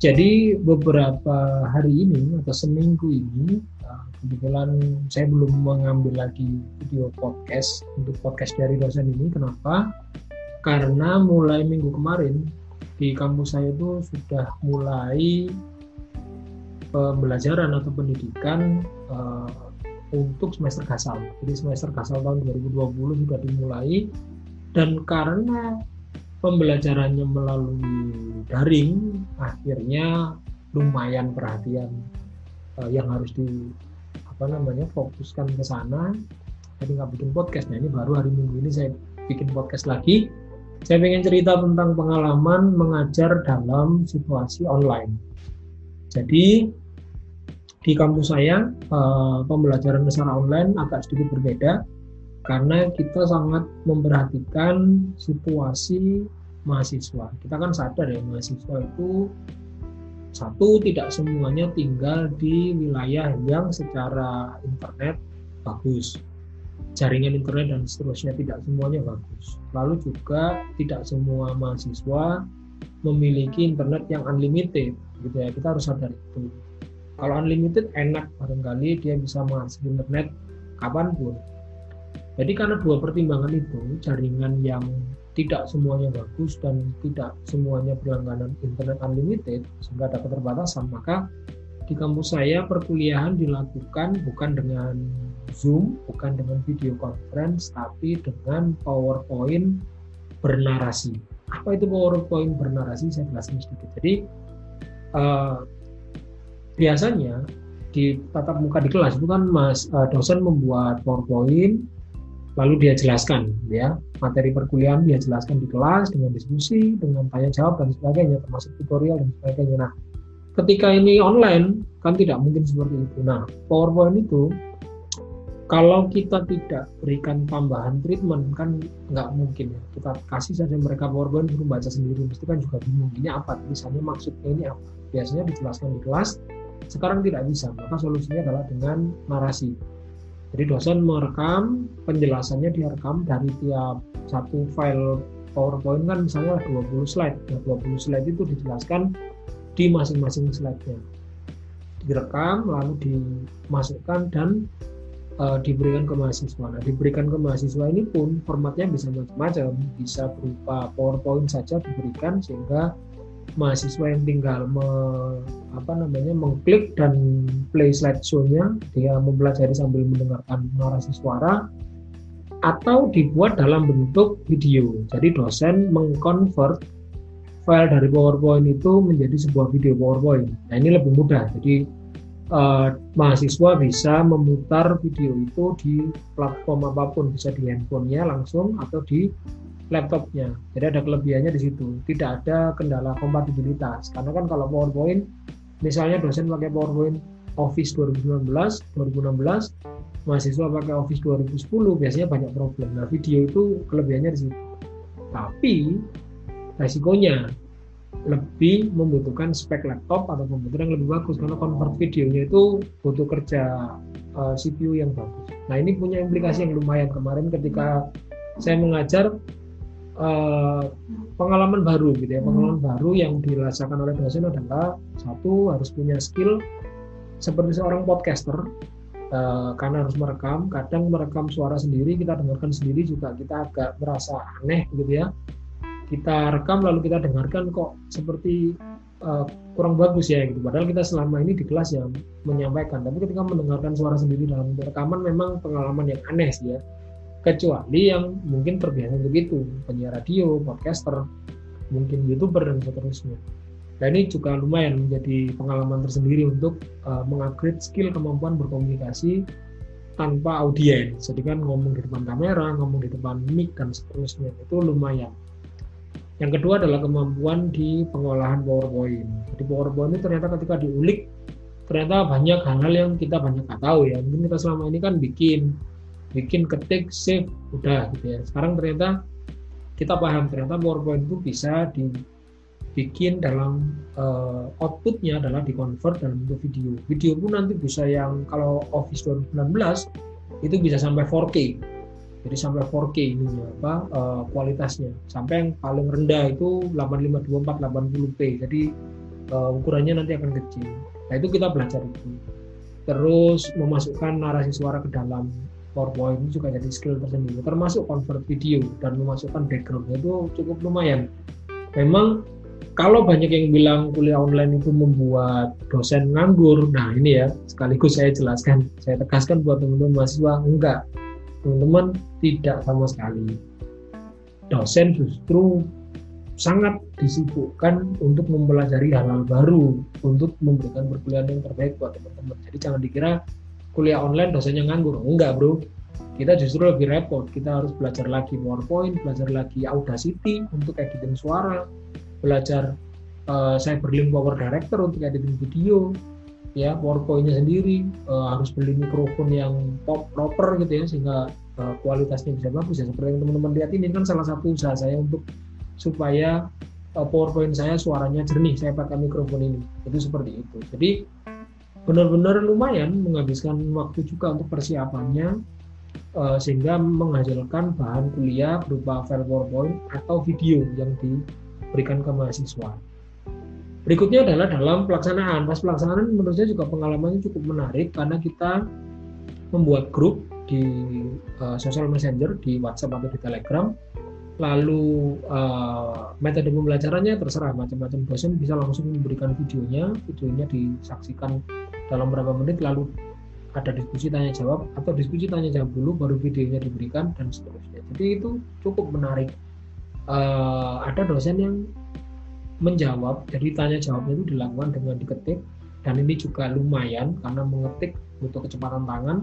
Jadi beberapa hari ini atau seminggu ini, kebetulan saya belum mengambil lagi video podcast untuk podcast dari dosen ini. Kenapa? Karena mulai minggu kemarin di kampus saya itu sudah mulai pembelajaran atau pendidikan untuk semester gasal. Jadi semester gasal tahun 2020 sudah dimulai, dan karena pembelajarannya melalui daring, akhirnya lumayan perhatian yang harus fokuskan ke sana. Jadi nggak bikin podcast. Nah, ini baru hari Minggu ini saya bikin podcast lagi. Saya pengen cerita tentang pengalaman mengajar dalam situasi online. Jadi di kampus saya pembelajaran secara online agak sedikit berbeda, karena kita sangat memperhatikan situasi mahasiswa. Kita kan sadar ya, mahasiswa itu satu, tidak semuanya tinggal di wilayah yang secara internet bagus, jaringan internet dan seterusnya tidak semuanya bagus. Lalu juga tidak semua mahasiswa memiliki internet yang unlimited, gitu ya. Kita harus sadar itu. Kalau unlimited enak, barangkali dia bisa mengakses internet kapanpun. Jadi karena dua pertimbangan itu, jaringan yang tidak semuanya bagus dan tidak semuanya berlangganan internet unlimited, sehingga ada keterbatasan, maka di kampus saya perkuliahan dilakukan bukan dengan Zoom, bukan dengan video conference, tapi dengan PowerPoint bernarasi. Apa itu PowerPoint bernarasi? Saya jelaskan sedikit. Jadi biasanya di tatap muka di kelas itu kan dosen membuat PowerPoint, lalu dia jelaskan ya materi perkuliahan, dia jelaskan di kelas dengan diskusi, dengan tanya jawab dan sebagainya, termasuk tutorial dan sebagainya. Nah, ketika ini online kan tidak mungkin seperti itu. Nah, PowerPoint itu kalau kita tidak berikan tambahan treatment kan nggak mungkin ya. Kita kasih saja mereka PowerPoint suruh baca sendiri, mesti kan juga bingung ini apa, misalnya maksudnya ini apa. Biasanya dijelaskan di kelas. Sekarang tidak bisa, maka solusinya adalah dengan narasi. Jadi dosen merekam, penjelasannya direkam dari tiap satu file PowerPoint kan misalnya 20 slide. Nah, 20 slide itu dijelaskan di masing-masing slide-nya. Direkam, lalu dimasukkan dan diberikan ke mahasiswa. Nah, diberikan ke mahasiswa ini pun formatnya bisa macam-macam, bisa berupa PowerPoint saja diberikan, sehingga mahasiswa yang tinggal mengklik dan play slideshow-nya, dia mempelajari sambil mendengarkan narasi suara, atau dibuat dalam bentuk video. Jadi dosen mengkonvert file dari PowerPoint itu menjadi sebuah video PowerPoint. Nah, ini lebih mudah. Jadi mahasiswa bisa memutar video itu di platform apapun, bisa di handphonenya langsung atau di laptopnya. Jadi ada kelebihannya di situ. Tidak ada kendala kompatibilitas. Karena kan kalau PowerPoint, misalnya dosen pakai PowerPoint Office 2019, 2016, mahasiswa pakai Office 2010, biasanya banyak problem. Nah, video itu kelebihannya di situ. Tapi resikonya lebih membutuhkan spek laptop atau komputer yang lebih bagus, karena convert videonya itu butuh kerja CPU yang bagus. Nah, ini punya implikasi yang lumayan. Kemarin ketika saya mengajar, pengalaman baru gitu ya. Pengalaman baru yang dirasakan oleh dosen adalah, satu, harus punya skill seperti seorang podcaster, karena harus merekam. Kadang merekam suara sendiri, kita dengarkan sendiri juga kita agak merasa aneh gitu ya. Kita rekam lalu kita dengarkan kok seperti kurang bagus ya gitu. Padahal kita selama ini di kelas ya menyampaikan, tapi ketika mendengarkan suara sendiri dalam rekaman memang pengalaman yang aneh sih ya. Kecuali yang mungkin terbiasa untuk itu, penyiar radio, podcaster, mungkin YouTuber dan seterusnya. Dan ini juga lumayan menjadi pengalaman tersendiri untuk mengupgrade skill kemampuan berkomunikasi tanpa audiens. Jadi kan ngomong di depan kamera, ngomong di depan mic dan seterusnya, itu lumayan. Yang kedua adalah kemampuan di pengolahan PowerPoint. Jadi PowerPoint itu ternyata ketika diulik, ternyata banyak hal-hal yang kita banyak nggak tahu ya. Mungkin kita selama ini kan bikin, ketik, save, udah gitu ya. Sekarang ternyata kita paham, ternyata PowerPoint itu bisa dibikin dalam outputnya adalah dikonvert dalam bentuk video. Video pun nanti bisa yang kalau Office 2019 itu bisa sampai 4K. Jadi sampai 4K ininya kualitasnya. Sampai yang paling rendah itu 8524 80p. Jadi ukurannya nanti akan kecil. Nah itu kita belajar itu. Terus memasukkan narasi suara ke dalam PowerPoint ini juga jadi skill tersendiri, termasuk convert video dan memasukkan background itu cukup lumayan. Memang kalau banyak yang bilang kuliah online itu membuat dosen nganggur, nah ini ya sekaligus saya jelaskan, saya tegaskan buat teman-teman mahasiswa, enggak, teman-teman tidak sama sekali. Dosen justru sangat disibukkan untuk mempelajari hal-hal baru, untuk memberikan perkuliahan yang terbaik buat teman-teman. Jadi jangan dikira kuliah online dosennya nganggur, enggak bro, kita justru lebih repot, kita harus belajar lagi PowerPoint, belajar lagi Audacity untuk editing suara, belajar Cyberlink Power Director untuk editing video, ya PowerPoint-nya sendiri, harus beli mikrofon yang proper gitu ya, sehingga kualitasnya bisa bagus ya. Seperti yang teman-teman lihat ini kan salah satu usaha saya untuk supaya PowerPoint saya suaranya jernih, saya pakai mikrofon ini, itu seperti itu. Jadi benar-benar lumayan menghabiskan waktu juga untuk persiapannya, sehingga menghasilkan bahan kuliah berupa file PowerPoint atau video yang diberikan ke mahasiswa. Berikutnya adalah dalam pelaksanaan. Pas pelaksanaan menurut saya juga pengalamannya cukup menarik karena kita membuat grup di social messenger, di WhatsApp atau di Telegram. Lalu metode pembelajarannya terserah, macam-macam dosen bisa langsung memberikan videonya disaksikan dalam beberapa menit, lalu ada diskusi tanya jawab atau diskusi tanya jawab dulu baru videonya diberikan dan seterusnya. Jadi itu cukup menarik. Ada dosen yang menjawab, jadi tanya jawabnya itu dilakukan dengan diketik, dan ini juga lumayan karena mengetik butuh kecepatan tangan.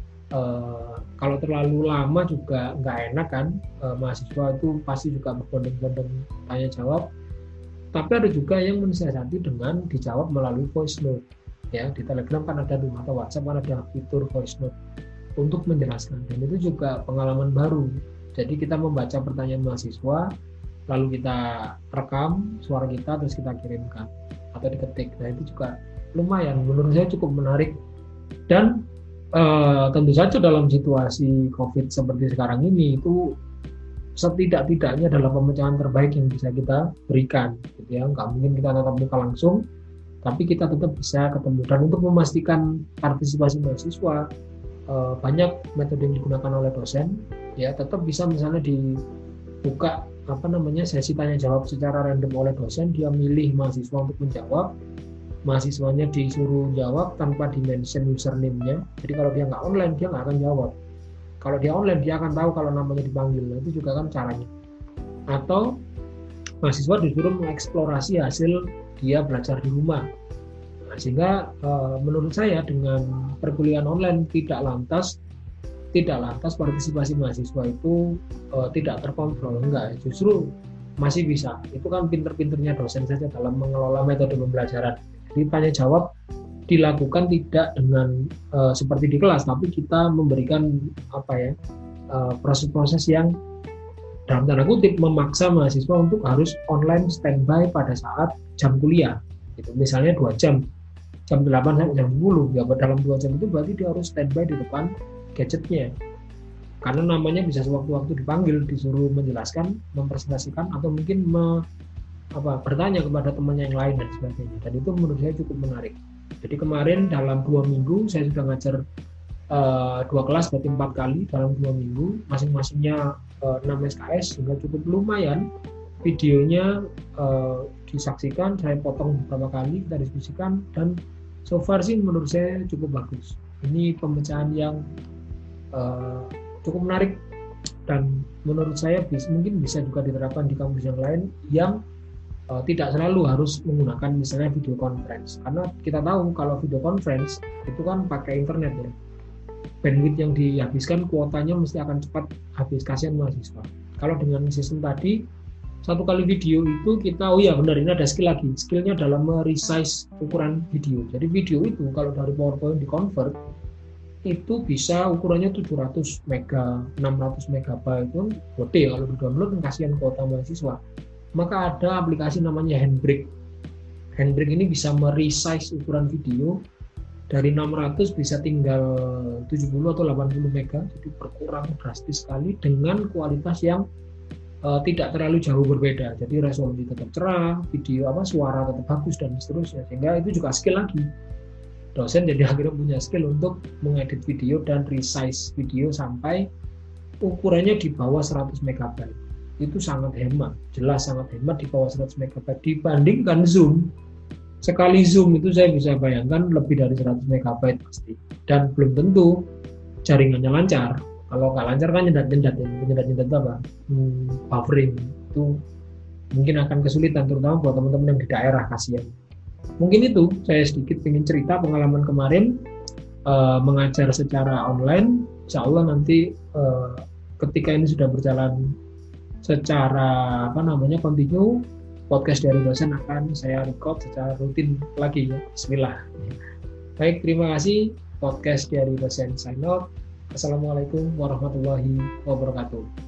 Kalau terlalu lama juga nggak enak kan, mahasiswa itu pasti juga berbondong-bondong tanya jawab. Tapi ada juga yang mensiasati dengan dijawab melalui voice note, ya di Telegram kan ada tuh, atau WhatsApp kan ada fitur voice note untuk menjelaskan, dan itu juga pengalaman baru. Jadi kita membaca pertanyaan mahasiswa, lalu kita rekam suara kita, terus kita kirimkan atau diketik. Nah itu juga lumayan, menurut saya cukup menarik. Dan tentu saja dalam situasi COVID seperti sekarang ini, itu setidak-tidaknya adalah pemecahan terbaik yang bisa kita berikan, gitu ya. Nggak mungkin kita tatap muka langsung, tapi kita tetap bisa ketemu. Dan untuk memastikan partisipasi mahasiswa, banyak metode yang digunakan oleh dosen, ya tetap bisa misalnya dibuka sesi tanya jawab secara random oleh dosen, dia milih mahasiswa untuk menjawab, mahasiswanya disuruh jawab tanpa di-mention username-nya. Jadi kalau dia nggak online, dia nggak akan jawab. Kalau dia online, dia akan tahu kalau namanya dipanggil. Nah, itu juga kan caranya. Atau mahasiswa disuruh mengeksplorasi hasil dia belajar di rumah. Nah, sehingga menurut saya dengan perkuliahan online tidak lantas partisipasi mahasiswa itu tidak terkontrol, enggak, justru masih bisa. Itu kan pinter-pinternya dosen saja dalam mengelola metode pembelajaran. Jadi tanya jawab dilakukan tidak dengan seperti di kelas, tapi kita memberikan proses-proses yang dalam tanda kutip memaksa mahasiswa untuk harus online standby pada saat jam kuliah. Gitu. Misalnya 2 jam 8 sampai jam 10, ya dalam 2 jam itu berarti dia harus standby di depan gadgetnya. Karena namanya bisa sewaktu-waktu dipanggil, disuruh menjelaskan, mempresentasikan, atau mungkin bertanya kepada temannya yang lain dan sebagainya. Dan itu menurut saya cukup menarik. Jadi kemarin dalam 2 minggu saya sudah ngajar 2 kelas, berarti 4 kali dalam 2 minggu, masing-masingnya 6 SKS, sehingga cukup lumayan. Videonya disaksikan, saya potong beberapa kali, kita diskusikan, dan so far sih menurut saya cukup bagus. Ini pemecahan yang cukup menarik, dan menurut saya mungkin bisa juga diterapkan di kampus yang lain yang tidak selalu harus menggunakan misalnya video conference, karena kita tahu kalau video conference itu kan pakai internet ya, bandwidth yang dihabiskan kuotanya mesti akan cepat habis, kasihan mahasiswa. Kalau dengan sistem tadi, 1 kali video itu kita, benar, ini ada skill lagi, skillnya dalam meresize ukuran video. Jadi video itu kalau dari PowerPoint di convert itu bisa ukurannya 700 mega, 600 megabyte, itu gede kalau di download, kasihan kuota mahasiswa. Maka ada aplikasi namanya Handbrake. Handbrake ini bisa meresize ukuran video dari 600 bisa tinggal 70 atau 80 mega, jadi berkurang drastis sekali dengan kualitas yang tidak terlalu jauh berbeda. Jadi resolusi tetap cerah, video suara tetap bagus dan seterusnya. Sehingga itu juga skill lagi. Dosen jadi akhirnya punya skill untuk mengedit video dan resize video sampai ukurannya di bawah 100 MB. Itu sangat hemat, jelas sangat hemat di bawah 100 MB dibandingkan Zoom. Sekali Zoom itu saya bisa bayangkan lebih dari 100 MB pasti. Dan belum tentu jaringannya lancar. Kalau nggak lancar kan nyedat apa? Buffering itu mungkin akan kesulitan, terutama buat teman-teman yang di daerah, kasihan. Mungkin itu saya sedikit ingin cerita pengalaman kemarin mengajar secara online. Insya Allah nanti ketika ini sudah berjalan secara continue, podcast dari dosen akan saya record secara rutin lagi ya. Bismillah. Baik, terima kasih. Podcast dari dosen sign out. Assalamualaikum warahmatullahi wabarakatuh.